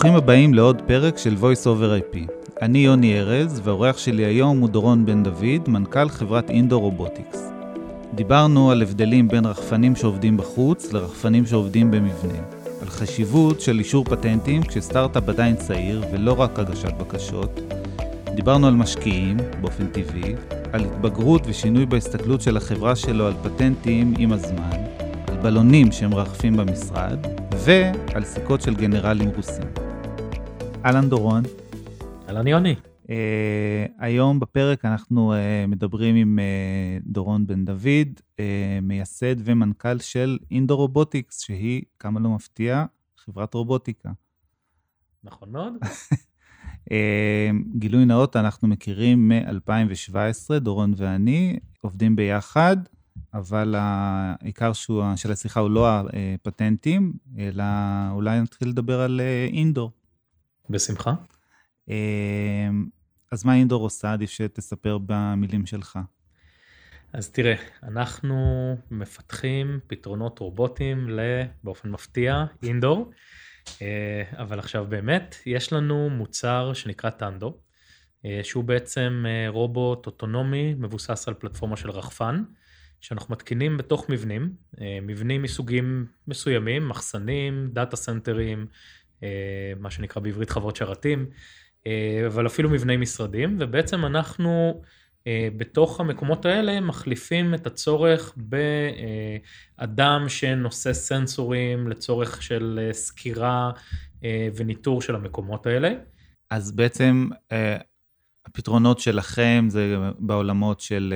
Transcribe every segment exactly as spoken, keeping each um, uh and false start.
ברוכים הבאים לעוד פרק של Voice over איי פי. אני יוני ארז, והאורח שלי היום הוא דורון בן דוד, מנכ"ל חברת אינדור רובוטיקס. דיברנו על הבדלים בין רחפנים שעובדים בחוץ לרחפנים שעובדים במבנה, על חשיבות של אישור פטנטים כשסטארט-אפ עדיין צעיר ולא רק הגשת בקשות. דיברנו על משקיעים באופן טבעי, על התבגרות ושינוי בהסתכלות של החברה שלו על פטנטים עם הזמן, על בלונים שהם רחפים במשרד, ועל סיכות של גנרלים רוסים. אהלן דורון. אהלן יוני. Uh, היום בפרק אנחנו uh, מדברים עם uh, דורון בן דוד, uh, מייסד ומנכ"ל של אינדור רובוטיקס, שהיא, כמה לא מפתיע, חברת רובוטיקה. נכון מאוד. uh, גילוי נאות, אנחנו מכירים מ-אלפיים שבע עשרה, דורון ואני עובדים ביחד, אבל העיקר שהוא, של השיחה הוא לא הפטנטים, אלא אולי נתחיל לדבר על אינדור. בשמחה. אז מה אינדור עושה? עדיף שתספר במילים שלך. אז תראה, אנחנו מפתחים פתרונות רובוטיים באופן מפתיע, אינדור, אבל עכשיו באמת יש לנו מוצר שנקרא טנדו, שהוא בעצם רובוט אוטונומי מבוסס על פלטפורמה של רחפן, שאנחנו מתקינים בתוך מבנים, מבנים מסוגים מסוימים, מחסנים, דאטה סנטרים, מה שנקרא בעברית חברות שרתים, אבל אפילו מבני משרדים, ובעצם אנחנו בתוך המקומות האלה מחליפים את הצורך באדם שנושא סנסורים לצורך של סקירה וניטור של המקומות האלה. אז בעצם הפתרונות שלכם זה בעולמות של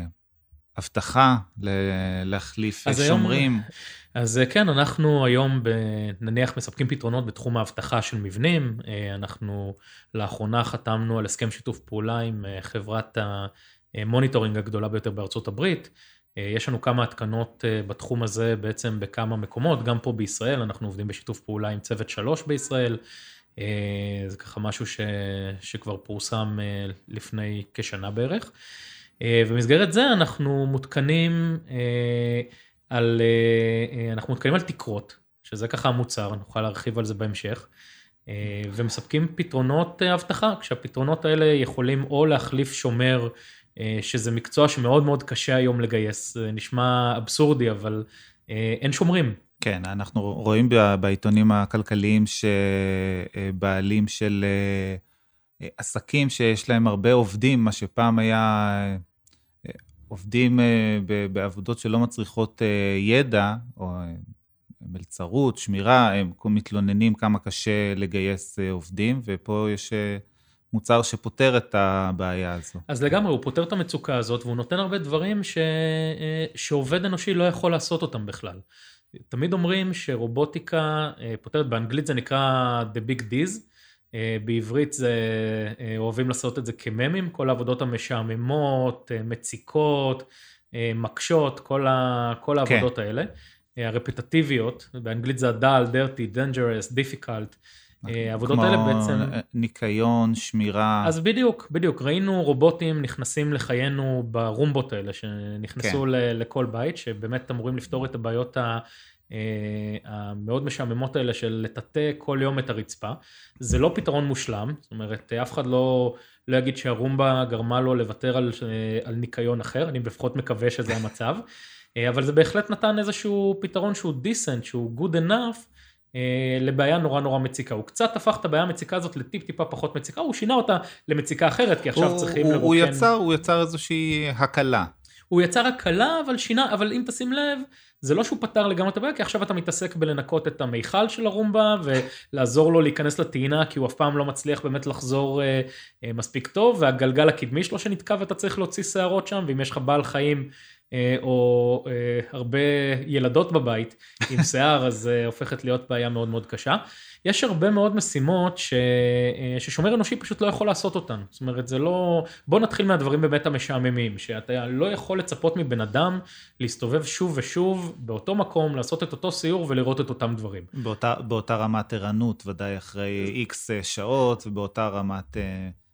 הבטחה, להחליף שומרים. היום, אז כן, אנחנו היום נניח מספקים פתרונות בתחום ההבטחה של מבנים. אנחנו לאחרונה חתמנו על הסכם שיתוף פעולה עם חברת המוניטורינג הגדולה ביותר בארצות הברית. יש לנו כמה התקנות בתחום הזה בעצם בכמה מקומות, גם פה בישראל, אנחנו עובדים בשיתוף פעולה עם צוות שלוש בישראל. זה ככה משהו ש, שכבר פורסם לפני כשנה בערך. ובמסגרת זה אנחנו מותקנים על, אנחנו מותקנים על תקרות, שזה ככה המוצר, נוכל להרחיב על זה בהמשך, ומספקים פתרונות הבטחה, כשהפתרונות האלה יכולים או להחליף שומר, שזה מקצוע שמאוד מאוד קשה היום לגייס, נשמע אבסורדי, אבל אין שומרים. כן, אנחנו רואים בעיתונים הכלכליים שבעלים של עסקים שיש להם הרבה עובדים, מה שפעם היה עובדים בעבודות שלא מצריכות ידע, או מלצרות, שמירה, הם מתלוננים כמה קשה לגייס עובדים, ופה יש מוצר שפותר את הבעיה הזו. אז לגמרי, הוא פותר את המצוקה הזאת, והוא נותן הרבה דברים ש... שעובד אנושי לא יכול לעשות אותם בכלל. תמיד אומרים שרובוטיקה פותרת, באנגלית זה נקרא The Big D's, בעברית זה, אוהבים לעשות את זה כממים, כל העבודות המשעממות, מציקות, מקשות, כל, ה, כל העבודות כן. האלה, הרפטטיביות, באנגלית זה הדל, dirty, dangerous, difficult, העבודות האלה בעצם... כמו ניקיון, שמירה... אז בדיוק, בדיוק, ראינו רובוטים נכנסים לחיינו ברומבות האלה, שנכנסו כן. לכל בית, שבאמת אמורים לפתור את הבעיות ה... המאוד משעממות האלה של לטאטא כל יום את הרצפה. זה לא פתרון מושלם, זאת אומרת, אף אחד לא, לא יגיד שהרומבה גרמה לו לוותר על, על ניקיון אחר, אני לפחות מקווה שזה המצב, אבל זה בהחלט נתן איזשהו פתרון שהוא decent, שהוא good enough, לבעיה נורא נורא מציקה. הוא קצת הפך את הבעיה המציקה הזאת לטיפ טיפה פחות מציקה, הוא שינה אותה למציקה אחרת, כי עכשיו הוא, צריכים הוא, לרוקן... הוא יצר, הוא יצר איזושהי הקלה. הוא יצר הקלה, אבל שינה, אבל אם תשים לב, זה לא שהוא פתר לגמרי את הבעיה, כי עכשיו אתה מתעסק בלנקות את המיכל של הרומבה, ולעזור לו להיכנס לטעינה, כי הוא אף פעם לא מצליח באמת לחזור אה, אה, מספיק טוב, והגלגל הקדמי שלו שנתקע, ואתה צריך להוציא שערות שם, ואם יש לך בעל חיים, אה, או אה, הרבה ילדות בבית עם שיער, אז אה, הופכת להיות בעיה מאוד מאוד קשה. יש הרבה מאוד משימות ש... ששומר אנושי פשוט לא יכול לעשות אותן. זאת אומרת, זה לא... בוא נתחיל מהדברים באמת המשעממים, שאתה לא יכול לצפות מבן אדם להסתובב שוב ושוב באותו מקום, לעשות את אותו סיור ולראות את אותם דברים. באותה, באותה רמת ערנות, ודאי אחרי איקס שעות, ובאותה רמת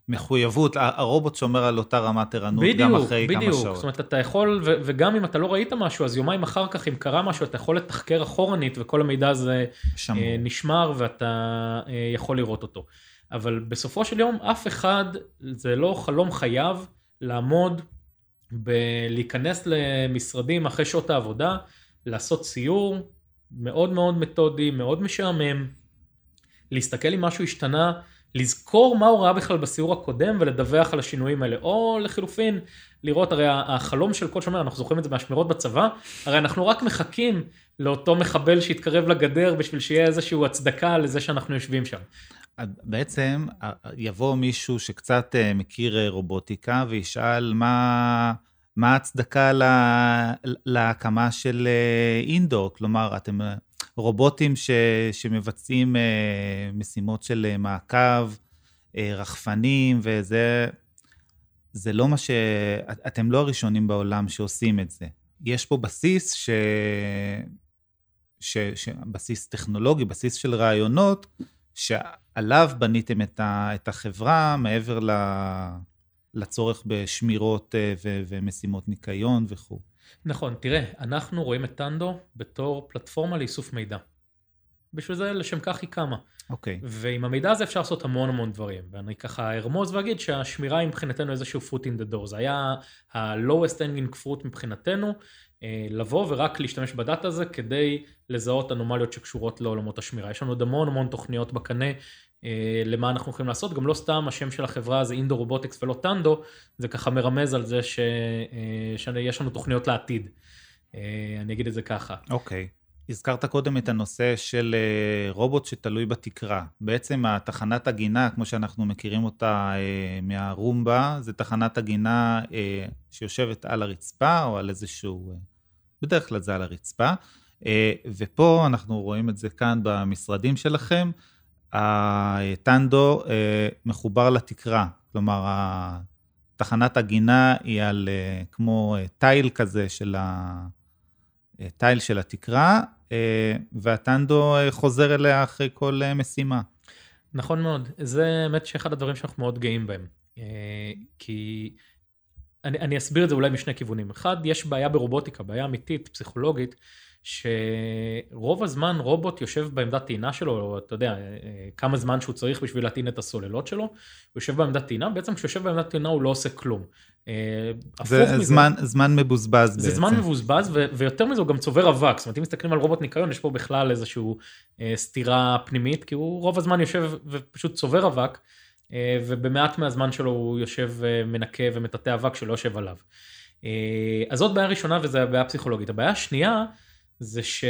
מחויבות, הרובוט שומר על אותה רמת ערנות גם אחרי כמה שעות. בדיוק, זאת אומרת, אתה יכול, ו- וגם אם אתה לא ראית משהו, אז יומיים אחר כך, אם קרה משהו, אתה יכול לתחקר אחורנית, וכל המידע הזה שמור. נשמר, ואתה יכול לראות אותו. אבל בסופו של יום, אף אחד, זה לא חלום חייו, לעמוד, ב- להיכנס למשרדים אחרי שעות העבודה, לעשות סיור, מאוד מאוד מתודי, מאוד משעמם, להסתכל אם משהו השתנה, לזכור מה הוא ראה בכלל בסיור הקודם ולדווח על השינויים האלה, או לחילופין, לראות, הרי החלום של כל שומר, אנחנו זוכרים את זה מהשמירות בצבא, הרי אנחנו רק מחכים לאותו מחבל שיתקרב לגדר, בשביל שיהיה איזושהי הצדקה לזה שאנחנו יושבים שם. בעצם יבוא מישהו שקצת מכיר רובוטיקה, וישאל מה, מה הצדקה לה, להקמה של אינדור, כלומר, אתם רובוטים ש, שמבצעים משימות של מעקב, רחפנים, וזה זה לא מה ש... אתם לא הראשונים בעולם שעושים את זה. יש פה בסיס ש... ש... ש... בסיס טכנולוגי, בסיס של רעיונות, שעליו בניתם את, ה... את החברה, מעבר ל... לצורך בשמירות ו... ומשימות ניקיון וכו'. נכון, תראה, אנחנו רואים את טנדו בתור פלטפורמה לאיסוף מידע. בשביל זה לשם כך היא קמה. אוקיי. ועם המידע הזה אפשר לעשות המון המון דברים. ואני ככה ארמוז ואגיד שהשמירה היא מבחינתנו איזשהו foot in the door. זה היה ה-lowest hanging fruit מבחינתנו, לבוא ורק להשתמש בדאטה הזה כדי לזהות אנומליות שקשורות לעולמות השמירה. יש לנו עוד המון המון תוכניות בקנה למה אנחנו יכולים לעשות. גם לא סתם השם של החברה זה אינדור רובוטיקס ולא טנדו, זה ככה מרמז על זה ש... שיש לנו תוכניות לעתיד. אני אגיד את זה ככה. אוקיי. הזכרת קודם את הנושא של רובוט שתלוי בתקרה. בעצם התחנת הגינה, כמו שאנחנו מכירים אותה מהרומבה, זה תחנת הגינה שיושבת על הרצפה, או על איזשהו, בדרך כלל זה על הרצפה. ופה אנחנו רואים את זה כאן במשרדים שלכם, הטנדו מחובר לתקרה. כלומר, תחנת הגינה היא על כמו טייל כזה של ה... טייל של התקרה, והטנדו חוזר אליה אחרי כל משימה. נכון מאוד. זה באמת שאחד הדברים שאנחנו מאוד גאים בהם. כי אני, אני אסביר את זה אולי משני כיוונים. אחד, יש בעיה ברובוטיקה, בעיה אמיתית, פסיכולוגית, שרוב הזמן רובוט יושב בעמדת טעינה שלו, אתה יודע, כמה זמן שהוא צריך בשביל להטעין את הסוללות שלו, הוא יושב בעמדת טעינה, בעצם כשיושב בעמדת טעינה הוא לא עושה כלום. זה זמן, זמן מבוזבז בעצם. זה זמן מבוזבז, ו- ויותר מזה הוא גם צובר אבק, זאת אומרת, אם מסתכלים על רובוט ניקיון, יש פה בכלל איזושהי סתירה פנימית, כי הוא רוב הזמן יושב ופשוט צובר אבק, ובמעט מהזמן שלו הוא יושב מנקה ומטאטא אבק שלא יושב עליו. אז זאת בעיה ראשונה, וזו הבעיה הפסיכולוגית. הבעיה השנייה, זה ש...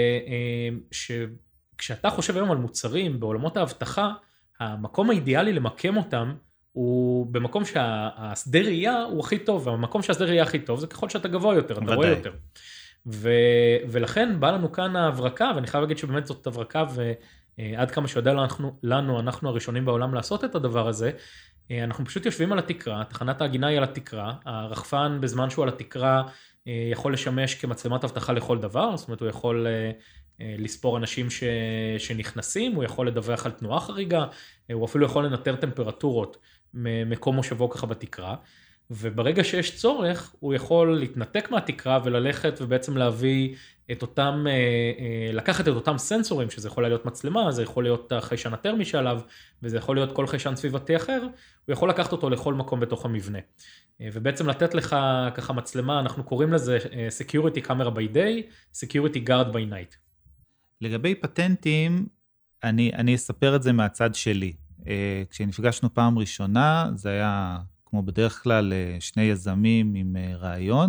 שכשאתה חושב היום על מוצרים בעולמות האבטחה, המקום האידיאלי למקם אותם, הוא במקום שהשדה ראייה הוא הכי טוב, והמקום שהשדה ראייה הכי טוב, זה ככל שאתה גבוה יותר, אתה רואה יותר. ו... ולכן בא לנו כאן ההברקה, ואני חייב להגיד שבאמת זאת הברקה, ועד כמה שיודע לנו, לנו, אנחנו הראשונים בעולם לעשות את הדבר הזה, אנחנו פשוט יושבים על התקרה, תחנת ההגינה היא על התקרה, הרחפן בזמן שהוא על התקרה, יכול לשמש כמצלמת אבטחה לכל דבר, זאת אומרת הוא יכול לספור אנשים ש... שנכנסים, הוא יכול לדווח על תנועה חריגה, הוא אפילו יכול לנטר טמפרטורות ממקום מושבו ככה בתקרה, וברגע שיש צורך הוא יכול להתנתק מהתקרה וללכת ובעצם להביא את אותם, לקחת את אותם סנסורים, שזה יכול להיות מצלמה, זה יכול להיות החיישן הטרמי שעליו, וזה יכול להיות כל חיישן סביבתי אחר, הוא יכול לקחת אותו לכל מקום בתוך המבנה. ובעצם לתת לך ככה מצלמה, אנחנו קוראים לזה Security Camera by Day, Security Guard by Night. לגבי פטנטים, אני, אני אספר את זה מהצד שלי. כשנפגשנו פעם ראשונה, זה היה כמו בדרך כלל שני יזמים עם רעיון,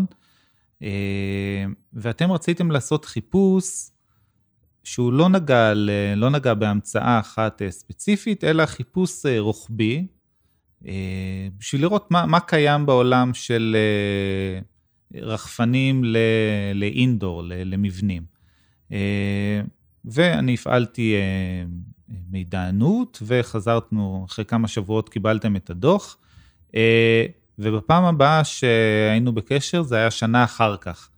ואתם רציתם לעשות חיפוש שהוא לא נגע, לא נגע בהמצאה אחת ספציפית, אלא חיפוש רוחבי, בשביל לראות מה, מה קיים בעולם של רחפנים לאינדור, למבנים. ואני הפעלתי מידענות, וחזרתנו, אחרי כמה שבועות קיבלתם את הדוח, ובפעם הבאה שהיינו בקשר, זה היה שנה אחר כך.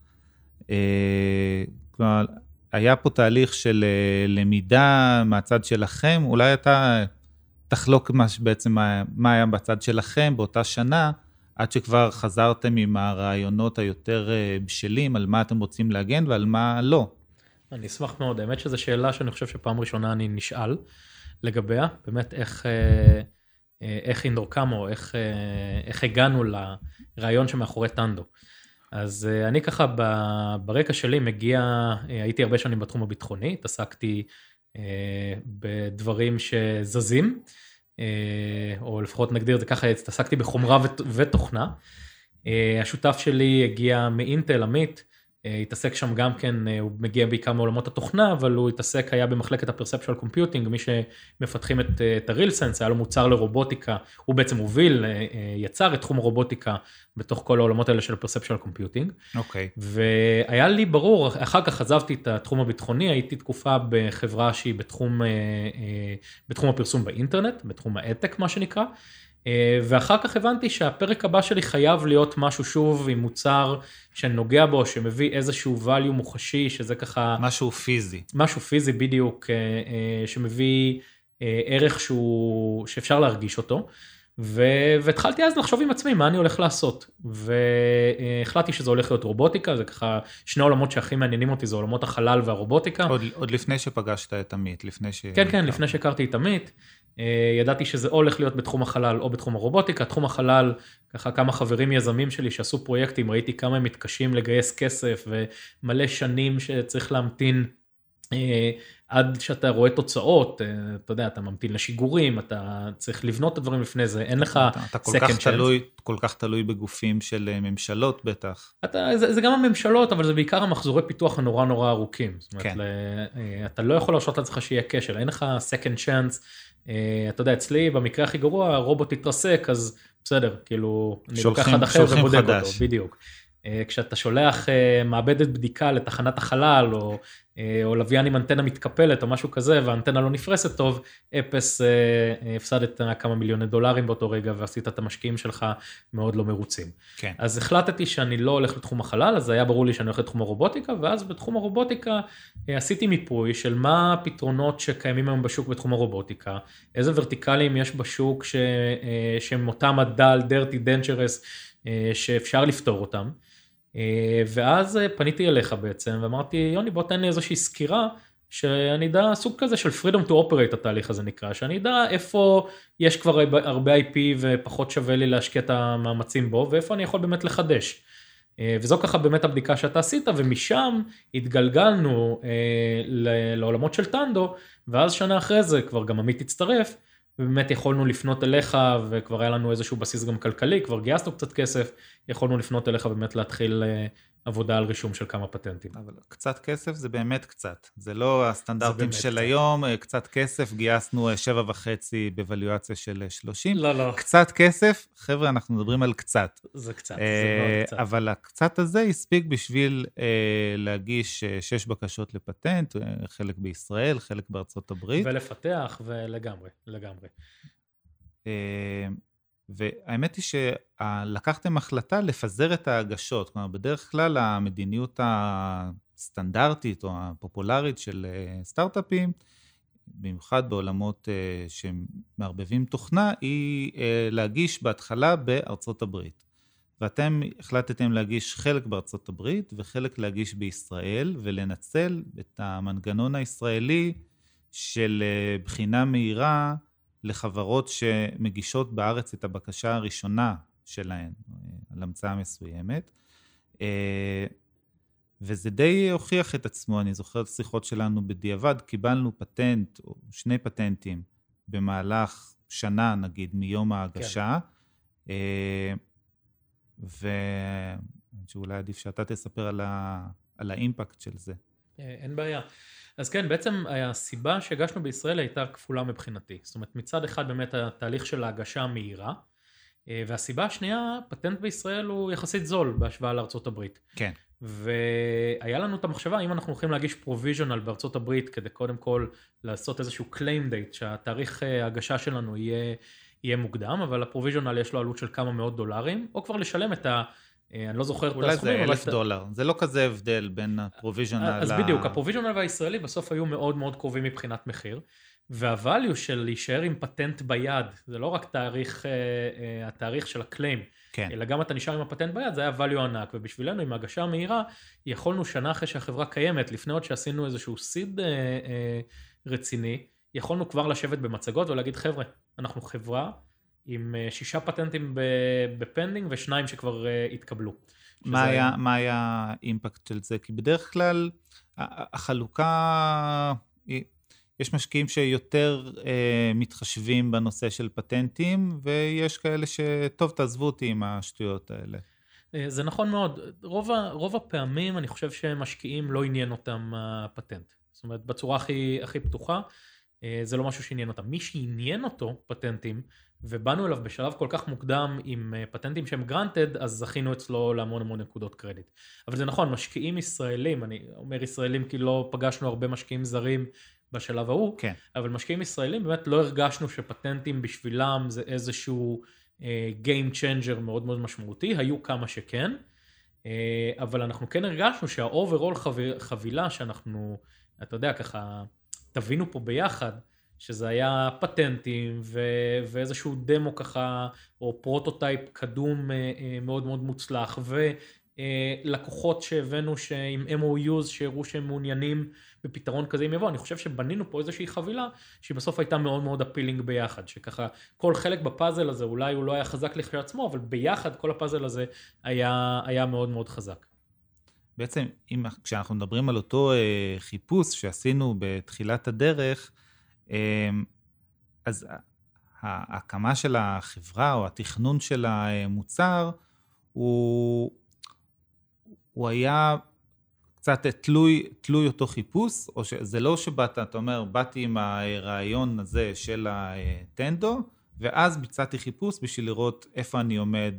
כלומר, היה פה תהליך של למידה מהצד שלכם, אולי אתה תחלוק מה, בעצם מה, מה היה בצד שלכם באותה שנה, עד שכבר חזרתם עם הרעיונות היותר בשלים, על מה אתם רוצים להגן ועל מה לא. אני אשמח מאוד, האמת שזו שאלה שאני חושב שפעם ראשונה אני נשאל לגביה, באמת איך, איך אינדור קם, או איך, איך הגענו לרעיון שמאחורי טנדו. אז אני ככה ברקע שלי מגיע, הייתי הרבה שנים בתחום הביטחוני, התעסקתי בדברים שזזים, או לפחות נגדיר את זה ככה, התעסקתי בחומרה ותוכנה. השותף שלי הגיע מאינטל, עמית, התעסק שם גם כן, הוא מגיע בעיקר מעולמות התוכנה, אבל הוא התעסק, היה במחלקת הפרספשואל קומפיוטינג, מי שמפתחים את, את הרילסנס, היה לו מוצר לרובוטיקה, הוא בעצם הוביל, יצר את תחום הרובוטיקה, בתוך כל העולמות האלה של הפרספשואל קומפיוטינג. אוקיי. והיה לי ברור, אחר כך עזבתי את התחום הביטחוני, הייתי תקופה בחברה שהיא בתחום, בתחום הפרסום באינטרנט, בתחום האדטק מה שנקרא, ואחר כך הבנתי שהפרק הבא שלי חייב להיות משהו שוב עם מוצר שנוגע בו, שמביא איזשהו value מוחשי, שזה ככה... משהו פיזי. משהו פיזי בדיוק, שמביא ערך שהוא, שאפשר להרגיש אותו. והתחלתי אז לחשוב עם עצמי מה אני הולך לעשות, והחלטתי שזה הולך להיות רובוטיקה, זה ככה שני עולמות שהכי מעניינים אותי, זה עולמות החלל והרובוטיקה. עוד, עוד לפני שפגשת את עמית, לפני ש... כן, כן, לפני שהכרתי את עמית, ידעתי שזה הולך להיות בתחום החלל או בתחום הרובוטיקה. תחום החלל, ככה כמה חברים יזמים שלי שעשו פרויקטים, ראיתי כמה הם מתקשים לגייס כסף, ומלא שנים שצריך להמתין עד שאתה רואה תוצאות, אתה יודע, אתה ממתין לשיגורים, אתה צריך לבנות את הדברים לפני זה, אין לך אתה, אתה כל כך תלוי, כל כך תלוי בגופים של ממשלות בטח. אתה, זה, זה גם הממשלות, אבל זה בעיקר המחזורי פיתוח הנורא נורא ארוכים. זאת אומרת, כן. ל, אתה לא יכול להרשות לעצמך שיהיה כשל, אין לך second chance, אתה יודע, אצלי במקרה הכי גרוע, הרובוט יתרסק, אז בסדר, כאילו, אני לוקח אחד אחר ובודק אותו, בדיוק. כשאתה שולח מעבדת בדיקה לתחנת החלל, או, או לוויין עם אנטנה מתקפלת, או משהו כזה, והאנטנה לא נפרסת טוב, אפס, הפסדת כמה מיליוני דולרים באותו רגע, ועשית את המשקיעים שלך מאוד לא מרוצים. כן. אז החלטתי שאני לא הולך לתחום החלל, אז היה ברור לי שאני הולך לתחום הרובוטיקה, ואז בתחום הרובוטיקה עשיתי מיפוי של מה הפתרונות שקיימים היום בשוק בתחום הרובוטיקה, איזה ורטיקלים יש בשוק ש, שהם אותם הדל, dirty, dangerous, שאפשר לפתור אותם. ואז פניתי אליך בעצם, ואמרתי, יוני, בוא תן לי איזושהי סקירה, שאני אדע סוג כזה של freedom to operate, התהליך הזה נקרא, שאני אדע איפה יש כבר הרבה איי פי ופחות שווה לי להשקיע את המאמצים בו, ואיפה אני יכול באמת לחדש. וזו ככה באמת הבדיקה שאתה עשית, ומשם התגלגלנו לעולמות של טנדו, ואז שנה אחרי זה כבר גם עמית הצטרף, ובאמת יכולנו לפנות אליך, וכבר היה לנו איזשהו בסיס גם כלכלי, כבר גייסנו קצת כסף, יכולנו לפנות אליך באמת להתחיל עבודה על רישום של כמה פטנטים. אבל קצת כסף זה באמת קצת, זה לא הסטנדרטים של היום, קצת כסף, גייסנו שבע וחצי בוואליואציה של שלושים. לא, לא. קצת כסף, חבר'ה, אנחנו מדברים על קצת. זה קצת, זה מאוד קצת. אבל הקצת הזה הספיק בשביל להגיש שש בקשות לפטנט, חלק בישראל, חלק בארצות הברית. ולפתח, ולגמרי, לגמרי. והאמת היא שלקחתם החלטה לפזר את ההגשות, כלומר בדרך כלל המדיניות הסטנדרטית או הפופולרית של סטארט-אפים, במיוחד בעולמות שמערבבים תוכנה, היא להגיש בהתחלה בארצות הברית. ואתם החלטתם להגיש חלק בארצות הברית וחלק להגיש בישראל, ולנצל את המנגנון הישראלי של בחינה מהירה, לחברות שמגישות בארץ את הבקשה הראשונה שלהן, על המצאה מסוימת, וזה די הוכיח את עצמו. אני זוכר את השיחות שלנו בדיעבד, קיבלנו פטנט, או שני פטנטים, במהלך שנה נגיד מיום ההגשה, כן. ושאולי עדיף שאתה תספר על, ה... על האימפקט של זה. אין בעיה. אז כן, בעצם הסיבה שהגשנו בישראל הייתה כפולה מבחינתי. זאת אומרת, מצד אחד באמת התהליך של ההגשה המהירה, והסיבה השנייה, פטנט בישראל הוא יחסית זול בהשוואה לארצות הברית. כן. והיה לנו את המחשבה, אם אנחנו הולכים להגיש פרוביז'ונל בארצות הברית, כדי קודם כל לעשות איזשהו claim date, שהתאריך ההגשה שלנו יהיה, יהיה מוקדם, אבל הפרוביז'ונל יש לו עלות של כמה מאות דולרים, או כבר לשלם את ה... אני לא זוכר את הסכומים. אולי זה אלף דולר, זה לא כזה הבדל בין הפרוביז'ונל. אז בדיוק, הפרוביז'ונל והישראלי בסוף היו מאוד מאוד קרובים מבחינת מחיר, והvalue של להישאר עם פטנט ביד, זה לא רק תאריך, התאריך של הקליים, כן. אלא גם אתה נשאר עם הפטנט ביד, זה היה value ענק, ובשבילנו עם ההגשה המהירה, יכולנו שנה אחרי שהחברה קיימת, לפני עוד שעשינו איזשהו סיד רציני, יכולנו כבר לשבת במצגות ולהגיד, חבר'ה, אנחנו חברה עם שישה פטנטים בפנדינג ושניים שכבר התקבלו. מה היה, מה היה האימפקט של זה? כי בדרך כלל החלוקה, יש משקיעים שיותר אה, מתחשבים בנושא של פטנטים, ויש כאלה שטוב, תעזבו אותי עם השטויות האלה. זה נכון מאוד. רוב, רוב הפעמים אני חושב שמשקיעים לא עניין אותם הפטנט. זאת אומרת, בצורה הכי, הכי פתוחה, זה לא משהו שעניין אותם. מי שעניין אותו פטנטים, ובאנו אליו בשלב כל כך מוקדם עם פטנטים שהם גרנטד, אז זכינו אצלו להמון המון נקודות קרדיט. אבל זה נכון, משקיעים ישראלים, אני אומר ישראלים כי לא פגשנו הרבה משקיעים זרים בשלב ההוא, כן. אבל משקיעים ישראלים באמת לא הרגשנו שפטנטים בשבילם זה איזשהו אה, game changer מאוד מאוד משמעותי, היו כמה שכן, אה, אבל אנחנו כן הרגשנו שהאוברול חבילה שאנחנו, אתה יודע, ככה תבינו פה ביחד, שזה היה פטנטים ו- ואיזשהו דמו ככה, או פרוטוטייפ קדום מאוד מאוד מוצלח, ולקוחות שהבאנו שעם אם או יוז שהראו שהם מעוניינים בפתרון כזה אם יבוא, אני חושב שבנינו פה איזושהי חבילה, שהיא בסוף הייתה מאוד מאוד אפילינג ביחד, שככה כל חלק בפאזל הזה, אולי הוא לא היה חזק לכשעצמו, אבל ביחד כל הפאזל הזה היה, היה מאוד מאוד חזק. בעצם, אם, כשאנחנו מדברים על אותו אה, חיפוש שעשינו בתחילת הדרך, אז ההקמה של החברה או התכנון של המוצר הוא, הוא היה קצת תלוי, תלוי אותו חיפוש, או שזה לא שבאת, אתה אומר, באתי עם הרעיון הזה של הטנדו, ואז ביצעתי חיפוש בשביל לראות איפה אני עומד,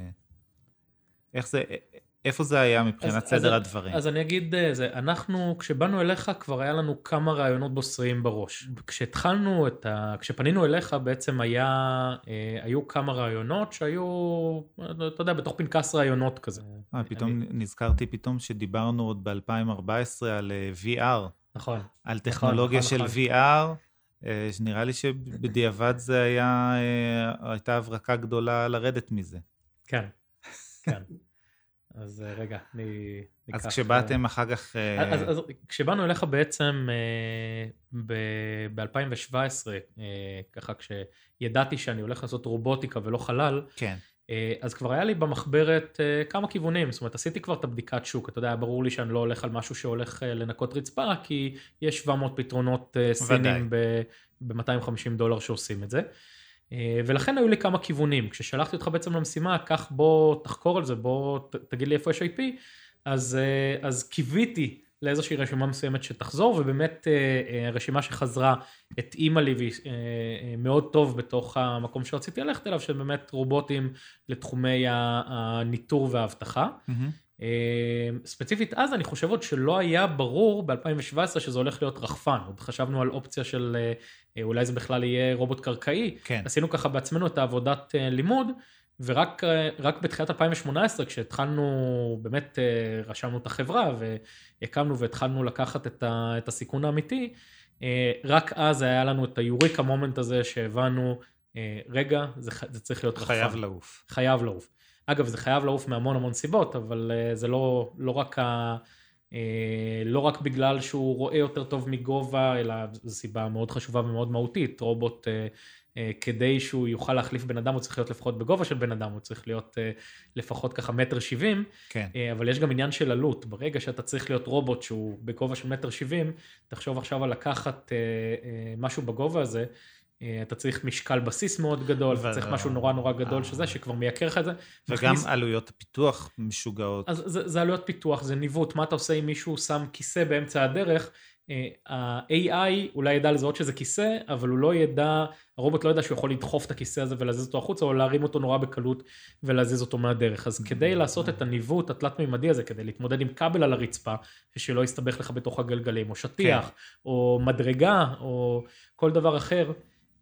איך זה, איפה זה היה מבחינת אז, סדר אז, הדברים? אז אני אגיד, זה, אנחנו, כשבאנו אליך, כבר היה לנו כמה רעיונות בוסריים בראש. כשהתחלנו את ה... כשפנינו אליך, בעצם היה, אה, היו כמה רעיונות שהיו, אתה יודע, בתוך פנקס רעיונות כזה. אה, פתאום אני... נזכרתי פתאום שדיברנו עוד ב-אלפיים וארבע עשרה על וי אר. נכון. על טכנולוגיה נכון, של נכון. וי אר, שנראה לי שבדיעבד זה היה, הייתה הברקה גדולה לרדת מזה. כן, כן. אז רגע, אני... אז כשבאתם אחר כך... אז, אז כשבאנו אליך בעצם ב-אלפיים שבע עשרה, ככה כשידעתי שאני הולך לעשות רובוטיקה ולא חלל, כן. אז כבר היה לי במחברת כמה כיוונים, זאת אומרת, עשיתי כבר את הבדיקת שוק, אתה יודע, ברור לי שאני לא הולך על משהו שהולך לנקות רצפה, כי יש שבע מאות פתרונות סינים ב-מאתיים וחמישים דולר שעושים את זה. ולכן היו לי כמה כיוונים, כששלחתי אותך בעצם למשימה, כך בוא תחקור על זה, בוא תגיד לי איפה יש איי פי, אז, אז קיוויתי לאיזושהי רשימה מסוימת שתחזור, ובאמת הרשימה שחזרה התאימה לי מאוד טוב בתוך המקום שרציתי ללכת אליו, שבאמת רובוטים לתחומי הניטור והאבטחה. Mm-hmm. ספציפית אז אני חושב עוד שלא היה ברור ב-אלפיים שבע עשרה שזה הולך להיות רחפן, עוד חשבנו על אופציה של אולי זה בכלל יהיה רובוט קרקעי, כן. עשינו ככה בעצמנו את העבודת לימוד, ורק רק בתחילת אלפיים שמונה עשרה כשהתחלנו, באמת רשמנו את החברה והקמנו והתחלנו לקחת את, ה, את הסיכון האמיתי, רק אז היה לנו את היוריק המומנט הזה שהבנו, רגע, זה, זה צריך להיות רחפן. חייב לעוף. חייב לעוף. אגב, זה חייב לעוף מהמון המון סיבות, אבל זה לא, לא רק ה... לא רק בגלל שהוא רואה יותר טוב מגובה, אלא זו סיבה מאוד חשובה ומאוד מהותית. רובוט, כדי שהוא יוכל להחליף בן אדם, הוא צריך להיות לפחות בגובה של בן אדם, הוא צריך להיות לפחות ככה מטר שבעים, כן. אבל יש גם עניין של עלות. ברגע שאתה צריך להיות רובוט שהוא בגובה של מטר שבעים, תחשוב עכשיו על לקחת משהו בגובה הזה, אתה צריך משקל בסיס מאוד גדול, אתה צריך משהו נורא נורא גדול שזה, שכבר מייקר לך את זה. וגם עלויות הפיתוח משוגעות. אז זה, זה עלויות פיתוח, זה ניווט, מה אתה עושה אם מישהו שם כיסא באמצע הדרך, ה-איי איי אולי ידע לזהות שזה כיסא, אבל הוא לא ידע, הרובוט לא ידע שהוא יכול לדחוף את הכיסא הזה ולהזיז אותו החוצה, או להרים אותו נורא בקלות ולהזיז אותו מהדרך. אז כדי לעשות את הניווט התלת מימדי הזה, כדי להתמודד עם כבל על הרצפה, שלא יסתבך לך בתוך הגלגלים, או שטיח, או מדרגה, או כל דבר אחר,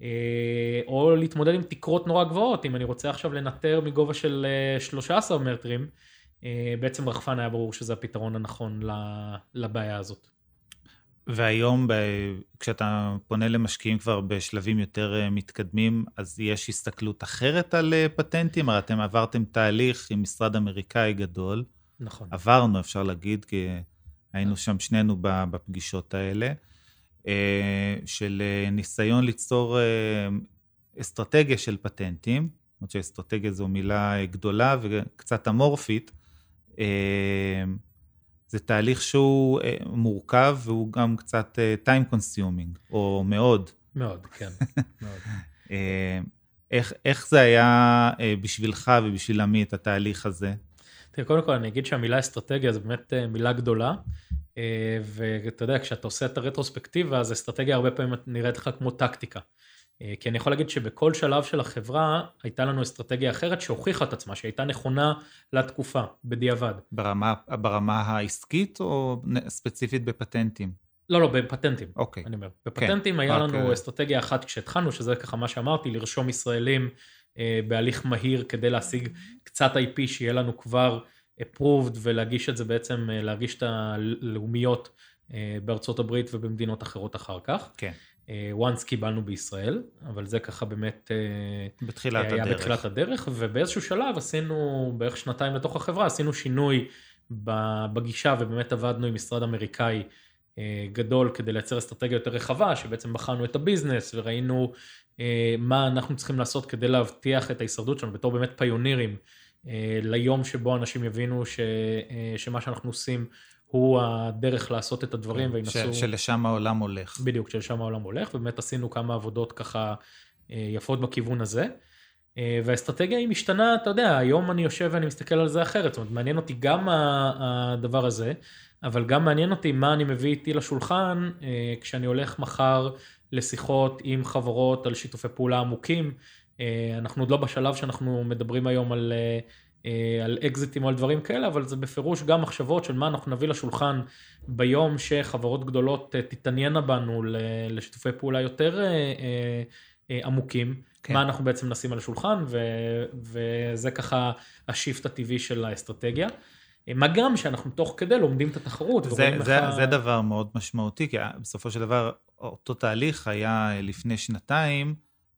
או להתמודד עם תקרות נורא גבוהות, אם אני רוצה עכשיו לנטר מגובה של שלושה עשר מטרים, בעצם רחפן היה ברור שזה הפתרון הנכון לבעיה הזאת. והיום, ב... כשאתה פונה למשקיעים כבר בשלבים יותר מתקדמים, אז יש הסתכלות אחרת על פטנטים? הרי אתם עברתם תהליך עם משרד אמריקאי גדול. נכון. עברנו, אפשר להגיד, כי היינו שם שנינו בפגישות האלה, של ניסיון ליצור אסטרטגיה של פטנטים, זאת אומרת שאסטרטגיה זו מילה גדולה וקצת אמורפית, זה תהליך שהוא מורכב והוא גם קצת time consuming, או מאוד. מאוד, כן, מאוד. איך, איך זה היה בשבילך ובשביל עמי את התהליך הזה? תראה, קודם כל אני אגיד שהמילה אסטרטגיה זה באמת מילה גדולה, ואתה יודע, כשאתה עושה את הרטרוספקטיבה, אז אסטרטגיה הרבה פעמים נראית לך כמו טקטיקה. כי אני יכול להגיד שבכל שלב של החברה, הייתה לנו אסטרטגיה אחרת שהוכיחה את עצמה, שהייתה נכונה לתקופה, בדיעבד. ברמה, ברמה העסקית או ספציפית בפטנטים? לא, לא, בפטנטים. אוקיי. אני אומר, בפטנטים כן. היה לנו אסטרטגיה אחת כשהתחלנו, שזה ככה מה שאמרתי, לרשום ישראלים בהליך מהיר כדי להשיג קצת איי פי שיהיה לנו כבר approved ולהגיש את זה בעצם, להגיש את הלאומיות בארצות הברית ובמדינות אחרות אחר כך. כן. once קיבלנו בישראל, אבל זה ככה באמת בתחילת היה הדרך. בתחילת הדרך, ובאיזשהו שלב עשינו, בערך שנתיים לתוך החברה, עשינו שינוי בגישה, ובאמת עבדנו עם משרד אמריקאי גדול כדי לייצר אסטרטגיה יותר רחבה, שבעצם בחנו את הביזנס וראינו מה אנחנו צריכים לעשות כדי להבטיח את ההישרדות שלנו, בתור באמת פיונירים, ליום שבו אנשים יבינו ש, שמה שאנחנו עושים הוא הדרך לעשות את הדברים, וינסו... שלשם העולם הולך. בדיוק, שלשם העולם הולך, ובאמת עשינו כמה עבודות ככה יפות בכיוון הזה, והאסטרטגיה היא משתנה, אתה יודע, היום אני יושב ואני מסתכל על זה אחרת, זאת אומרת, מעניין אותי גם הדבר הזה, אבל גם מעניין אותי מה אני מביא איתי לשולחן, כשאני הולך מחר לשיחות עם חברות על שיתופי פעולה עמוקים, אנחנו עוד לא בשלב שאנחנו מדברים היום על... על אקזיטים או על דברים כאלה, אבל זה בפירוש גם מחשבות של מה אנחנו נביא לשולחן ביום שחברות גדולות תתעניינה בנו לשיתופי פעולה יותר עמוקים, כן. מה אנחנו בעצם נשים על השולחן, ו- וזה ככה השיפט הטבעי של האסטרטגיה. מה גם שאנחנו תוך כדי לומדים את התחרות. זה, זה, לך... זה דבר מאוד משמעותי, כי בסופו של דבר אותו תהליך היה לפני שנתיים,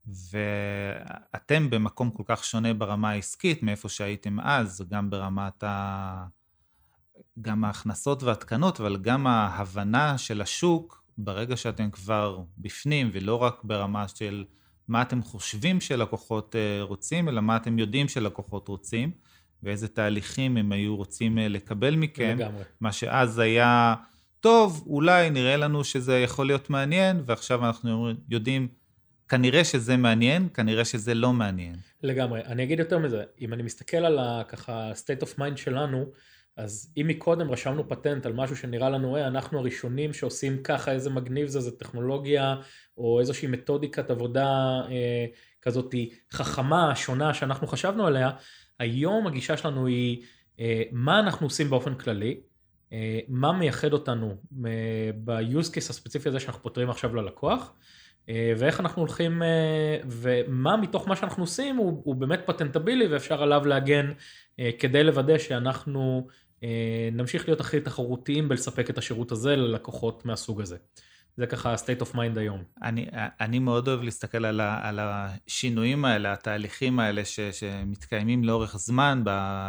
ואתם במקום כל כך שונה ברמה העסקית, מאיפה שהייתם אז, גם ברמת ה... גם ההכנסות והתקנות, אבל גם ההבנה של השוק, ברגע שאתם כבר בפנים, ולא רק ברמה של מה אתם חושבים שלקוחות רוצים, אלא מה אתם יודעים שלקוחות רוצים, ואיזה תהליכים הם היו רוצים לקבל מכם, לגמרי. מה שאז היה, טוב, אולי נראה לנו שזה יכול להיות מעניין, ועכשיו אנחנו יודעים, כנראה שזה מעניין, כנראה שזה לא מעניין. לגמרי. אני אגיד יותר מזה, אם אני מסתכל על ה, ככה, state of mind שלנו, אז אם מקודם רשמנו פטנט על משהו שנראה לנו, אה, אנחנו הראשונים שעושים ככה, איזה מגניב זה, זה טכנולוגיה, או איזושהי מתודיקת עבודה אה, כזאת חכמה, שונה, שאנחנו חשבנו עליה, היום הגישה שלנו היא, אה, מה אנחנו עושים באופן כללי, אה, מה מייחד אותנו אה, ב-use case הספציפי הזה שאנחנו פותרים עכשיו ללקוח, ואיך אנחנו הולכים, ומה מתוך מה שאנחנו עושים הוא, הוא באמת פטנטבילי ואפשר עליו להגן כדי לוודא שאנחנו נמשיך להיות הכי תחרותיים בלספק את השירות הזה ללקוחות מהסוג הזה. זה ככה state of mind היום. אני, אני מאוד אוהב להסתכל על, ה, על השינויים האלה, התהליכים האלה ש, שמתקיימים לאורך זמן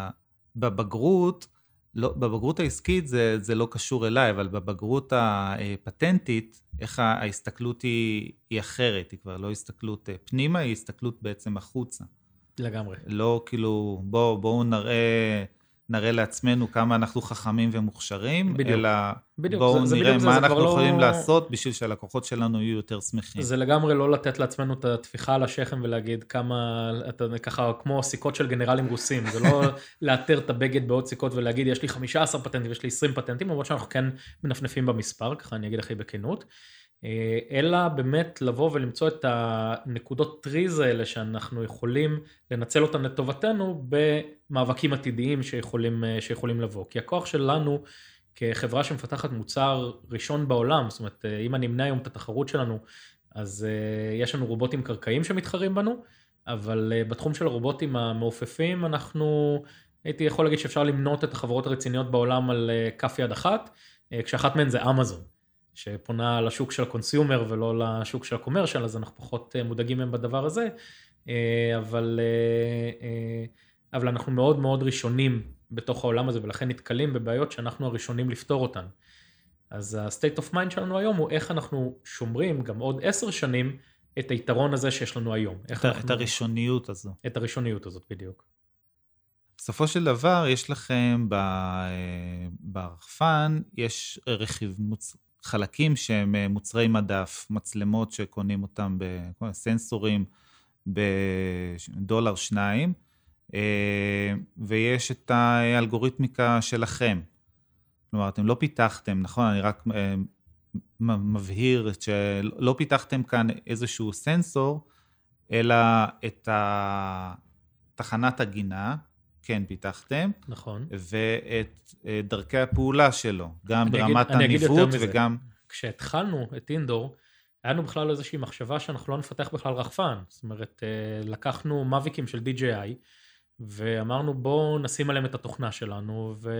בבגרות, לא, בבגרות העסקית זה, זה לא קשור אליי, אבל בבגרות הפטנטית, איך ההסתכלות היא, היא אחרת, היא כבר לא הסתכלות פנימה, היא הסתכלות בעצם החוצה. לגמרי. לא כאילו, בואו בוא נראה, נראה לעצמנו כמה אנחנו חכמים ומוכשרים, בדיוק. אלא בדיוק. בואו זה, נראה זה, מה זה, אנחנו זה יכולים לא... לעשות בשביל שהלקוחות שלנו יהיו יותר שמחים. זה לגמרי לא לתת לעצמנו את התפיחה על השכם ולהגיד כמה, אתה ככה כמו סיכות של גנרלים רוסים, זה לא לאתר את הבגד בעוד סיכות ולהגיד יש לי חמישה עשר פטנטים, יש לי עשרים פטנטים, למרות שאנחנו כן מנפנפים במספר, ככה אני אגיד הכי בכנות, אלא באמת לבוא ולמצוא את הנקודות טריז האלה שאנחנו יכולים לנצל אותן לטובתנו במאבקים עתידיים שיכולים, שיכולים לבוא. כי הכוח שלנו כחברה שמפתחת מוצר ראשון בעולם, זאת אומרת, אם אני אמנה היום את התחרות שלנו, אז יש לנו רובוטים קרקעיים שמתחרים בנו, אבל בתחום של הרובוטים המעופפים אנחנו, הייתי יכול להגיד שאפשר למנות את החברות הרציניות בעולם על כף יד אחת, כשאחת מהן זה אמזון. שפונה לשוק של הקונסיומר ולא לשוק של הקומרשל, אז אנחנו פחות מודאגים מהם בדבר הזה, אבל, אבל אנחנו מאוד מאוד ראשונים בתוך העולם הזה, ולכן נתקלים בבעיות שאנחנו הראשונים לפתור אותן. אז ה-state of mind שלנו היום הוא איך אנחנו שומרים גם עוד עשר שנים את היתרון הזה שיש לנו היום. את, אנחנו... את הראשוניות הזו. את הראשוניות הזאת בדיוק. בסופו של דבר יש לכם ברחפן, יש רכיב מוצ... חלקים שהם מוצרי מדף, מצלמות שקונים אותם בסנסורים בדולר שניים, ויש את האלגוריתמיקה שלכם. כלומר, אתם לא פיתחתם, נכון? אני רק מבהיר שלא פיתחתם כאן איזשהו סנסור, אלא את תחנת הגינה, כן פיתחתם. נכון. ואת דרכי הפעולה שלו, גם ברמת הניווט וגם... כשהתחלנו את אינדור, היה לנו בכלל איזושהי מחשבה שאנחנו לא נפתח בכלל רחפן. זאת אומרת, לקחנו מוויקים של די ג'יי איי, ואמרנו בואו נשים עליהם את התוכנה שלנו, ו...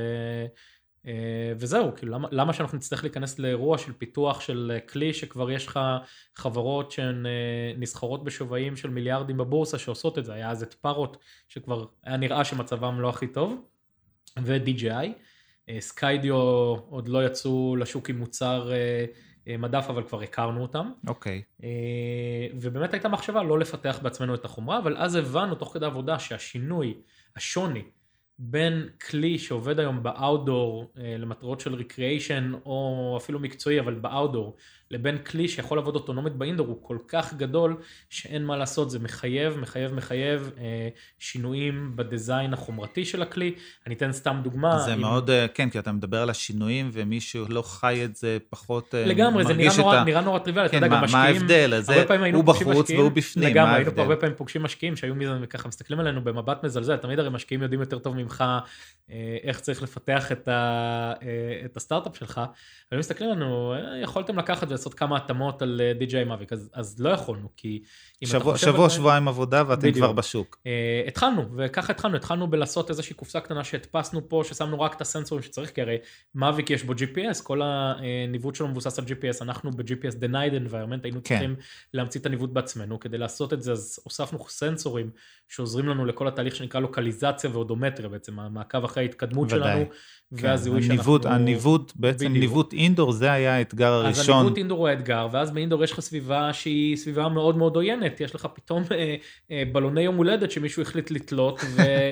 וזהו, כאילו, למה, למה שאנחנו נצטרך להיכנס לאירוע של פיתוח של כלי שכבר יש לך חברות שהן נסחרות בשוויים של מיליארדים בבורסה שעושות את זה, היה אז את פארוט שכבר היה נראה שמצבם לא הכי טוב, ו-די ג'יי איי, סקיידיו עוד לא יצאו לשוק עם מוצר מדף, אבל כבר הכרנו אותם. אוקיי. Okay. ובאמת הייתה מחשבה לא לפתח בעצמנו את החומרה, אבל אז הבנו תוך כדי עבודה שהשינוי, השוני, בין כלי שעובד היום באוטדור למטרות של ריקריאיישן או אפילו מקצועי, אבל באוטדור, לבין כלי שיכול לעבוד אוטונומית באינדור, הוא כל כך גדול שאין מה לעשות, זה מחייב, מחייב, מחייב שינויים בדיזיין החומרתי של הכלי. אני אתן סתם דוגמה. זה עם... מאוד, כן, כי אתה מדבר על השינויים ומישהו לא חי את זה פחות לגמרי, זה נראה נורא, ה... נראה נורא טריוויאלי. כן, מה, מה ההבדל? זה הוא בחוץ והוא בפנים. לגמרי, היינו פה הרבה פעמים פוגשים משקיעים שהיו מזה ככה מסתכלים עלינו במבט מזלזל, תמיד הרי משקיעים יודעים יותר טוב ממך איך צריך לפתח את, ה... את הסטארט-אפ שלך, אבל מסתכלים עלינו, יכולתם לקחת ולעשות כמה התאמות על די ג'יי איי Mavic, אז, אז לא יכולנו, כי... שבוע, שבוע זה... שבועיים עבודה ואתם בדיוק. כבר בשוק. Uh, התחלנו, וככה התחלנו, התחלנו בלעשות איזושהי קופסה קטנה שהדפסנו פה, ששמנו רק את הסנסורים שצריך, כי הרי Mavic יש בו ג'י פי אס, כל הניווט שלו מבוסס על ג'י פי אס, אנחנו ב-ג'י פי אס denied environment, היינו כן. צריכים להמציא את הניווט בעצמנו, כדי לעשות את זה, אז הוספנו סנסורים שעוזרים לנו לכל התהליך שנקרא לוקליזציה ואודומטריה, בעצם המעקב אחרי ההתקדמות שלנו, והזיהוי שאנחנו... הניווט, בעצם ניווט אינדור, זה היה האתגר הראשון. אז הניווט אינדור הוא האתגר, ואז באינדור יש לך סביבה שהיא סביבה מאוד מאוד עוינת, יש לך פתאום אה, אה, בלוני יום הולדת שמישהו החליט לתלות,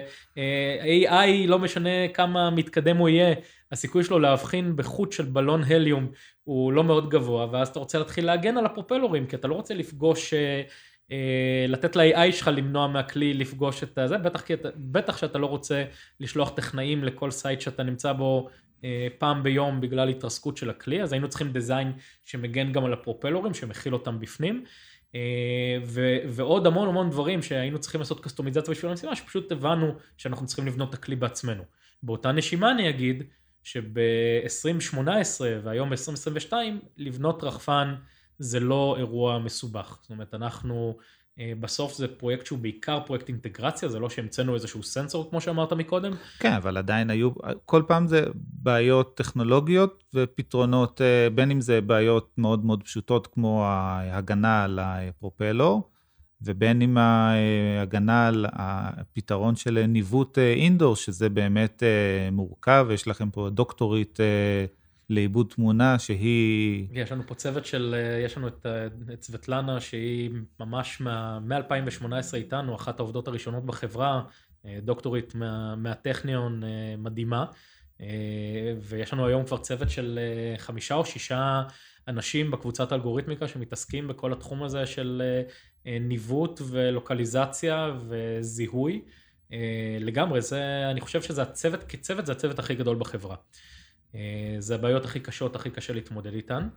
ו-איי איי לא משנה כמה מתקדם הוא יהיה, הסיכוי שלו להבחין בחוט של בלון הליום הוא לא מאוד גבוה, ואז אתה רוצה להתחיל להגן על הפרופלורים, כי אתה לא רוצה לפגוש... אה, לתת ל-איי איי שלך למנוע מהכלי לפגוש את זה, בטח, בטח שאתה לא רוצה לשלוח טכנאים לכל סייט שאתה נמצא בו פעם ביום בגלל התרסקות של הכלי, אז היינו צריכים דיזיין שמגן גם על הפרופלורים, שמכיל אותם בפנים, ו- ועוד המון המון דברים שהיינו צריכים לעשות קסטומיזציה בשביל המשימה, שפשוט הבנו שאנחנו צריכים לבנות את הכלי בעצמנו. באותה נשימה אני אגיד שב-עשרים שמונה עשרה והיום ב-עשרים עשרים ושתיים לבנות רחפן זה לא אירוע מסובך. זאת אומרת, אנחנו, בסוף זה פרויקט שהוא בעיקר פרויקט אינטגרציה, זה לא שהמצאנו איזשהו סנסור, כמו שאמרת מקודם. כן, אבל עדיין היו, כל פעם זה בעיות טכנולוגיות ופתרונות, בין אם זה בעיות מאוד מאוד פשוטות, כמו ההגנה על הפרופלור, ובין אם ההגנה על הפתרון של ניווט אינדור, שזה באמת מורכב, ויש לכם פה דוקטורית לעיבוד תמונה שהיא... יש לנו פה צוות של, יש לנו את, את סבטלנה שהיא ממש מ-אלפיים שמונה עשרה איתנו, אחת העובדות הראשונות בחברה, דוקטורית מה, מהטכניון מדהימה, ויש לנו היום כבר צוות של חמישה או שישה אנשים בקבוצת אלגוריתמיקה שמתעסקים בכל התחום הזה של ניווט ולוקליזציה וזיהוי. לגמרי, זה, אני חושב שזה הצוות, כצוות זה הצוות הכי גדול בחברה. זה הבעיות הכי קשות, הכי קשה להתמודד איתן.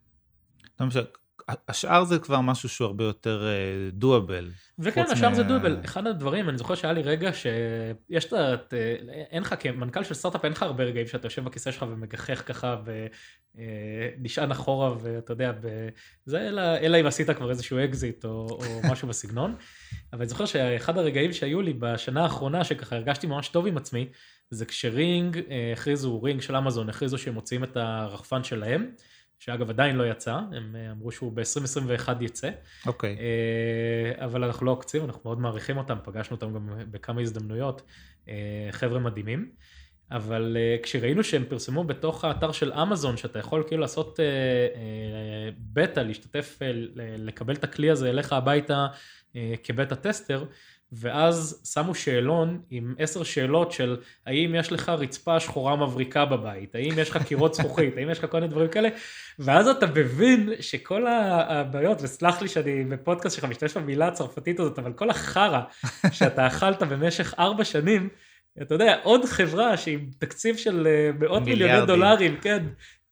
השאר זה כבר משהו שהוא הרבה יותר דואבל. וכן, השאר זה דואבל. אחד הדברים, אני זוכר שהיה לי רגע שיש את, אין לך, כמנכ"ל של סטארט-אפ, אין לך הרבה רגעים שאתה יושב בכיסא שלך ומגחך ככה, ונשען אחורה, ואתה יודע, זה אלא אם עשית כבר איזשהו אקזיט או משהו בסגנון. אבל אני זוכר שאחד הרגעים שהיו לי בשנה האחרונה, שככה הרגשתי ממש טוב עם עצמי, זה כשרינג הכריזו, רינג של אמזון, הכריזו שהם מוצאים את הרחפן שלהם, שאגב עדיין לא יצא, הם אמרו שהוא ב-עשרים עשרים ואחת יצא. אוקיי. אבל אנחנו לא עוקצים, אנחנו מאוד מעריכים אותם, פגשנו אותם גם בכמה הזדמנויות, חבר'ה מדהימים. אבל uh, כשראינו שהם פרסמו בתוך האתר של אמזון, שאתה יכול כאילו לעשות uh, uh, בטא, להשתתף, uh, לקבל את הכלי הזה אליך הביתה uh, כבטא טסטר, ואז שמו שאלון עם עשר שאלות של האם יש לך רצפה שחורה מבריקה בבית, האם יש לך קירות זכוכית, האם יש לך כל מיני דברים כאלה, ואז אתה מבין שכל הבעיות, וסלח לי שאני בפודקאסט שלך משתמש במילה הצרפתית הזאת, אבל כל החרא שאתה אכלת במשך ארבע שנים, אתה יודע, עוד חברה שעם תקציב של מאות מיליוני דולרים, כן,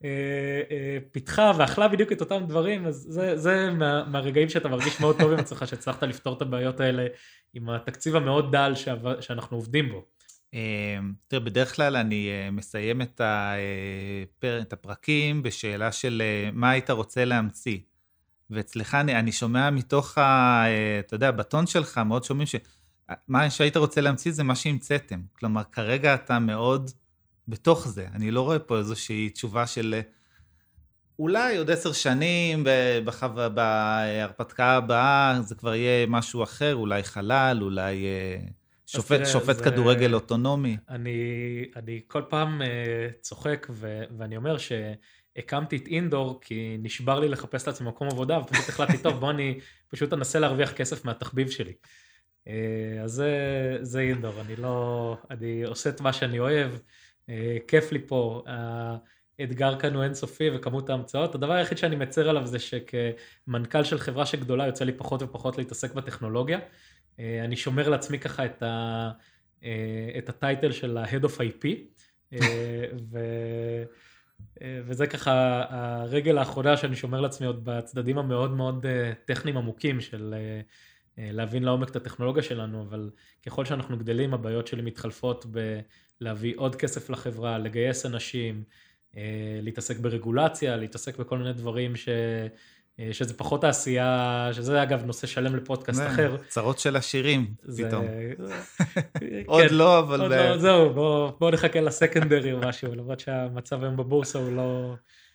פיתחה ואכלה בדיוק את אותם דברים, אז זה, זה מה, מהרגעים שאתה מרגיש מאוד טוב עם עצמך, שהצלחת לפתור את הבעיות האלה עם התקציב המאוד דל שאנחנו עובדים בו. תראה, בדרך כלל אני מסיים את הפרקים בשאלה של מה היית רוצה להמציא, ואצלך אני, אני שומע מתוך, ה, אתה יודע, בטון שלך, מאוד שומעים ש... מה שהיית רוצה להמציא זה מה שהמצאתם. כלומר, כרגע אתה מאוד בתוך זה. אני לא רואה פה איזושהי תשובה של אולי עוד עשר שנים בחווה, בהרפתקה הבאה, זה כבר יהיה משהו אחר, אולי חלל, אולי שופט, תראה, שופט זה... כדורגל אוטונומי. אני, אני כל פעם צוחק ו, ואני אומר שהקמתי את אינדור, כי נשבר לי לחפש לעצמי מקום עבודה, ופשוט החלטתי, טוב, בוא אני פשוט אנסה להרוויח כסף מהתחביב שלי. אז זה, זה אינדור, אני לא, אני עושה את מה שאני אוהב, כיף לי פה, האתגר כאן הוא אינסופי וכמות ההמצאות, הדבר היחיד שאני מצר עליו זה שכמנכ"ל של חברה שגדולה יוצא לי פחות ופחות להתעסק בטכנולוגיה, אני שומר לעצמי ככה את, ה, את הטייטל של ה-Head of איי פי, ו, וזה ככה הרגל האחרונה שאני שומר לעצמי עוד בצדדים המאוד מאוד טכניים עמוקים של להבין לעומק את הטכנולוגיה שלנו, אבל ככל שאנחנו גדלים, הבעיות שלי מתחלפות בלהביא עוד כסף לחברה, לגייס אנשים, להתעסק ברגולציה, להתעסק בכל מיני דברים ש... שזה פחות העשייה, שזה אגב נושא שלם לפודקאסט אחר. צרות של השירים פתאום. עוד לא, אבל... זהו, בואו נחכה לסקנדרי או משהו, למרות שהמצב היום בבורסה הוא לא...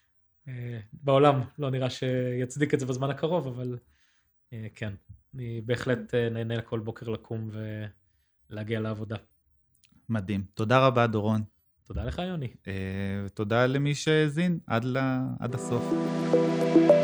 בעולם לא נראה שיצדיק את זה בזמן הקרוב, אבל כן. אני בהחלט נהנה כל בוקר לקום ולהגיע לעבודה. מדהים. תודה רבה, דורון. תודה לך, יוני. ותודה למי שהזין עד, ל... עד הסוף.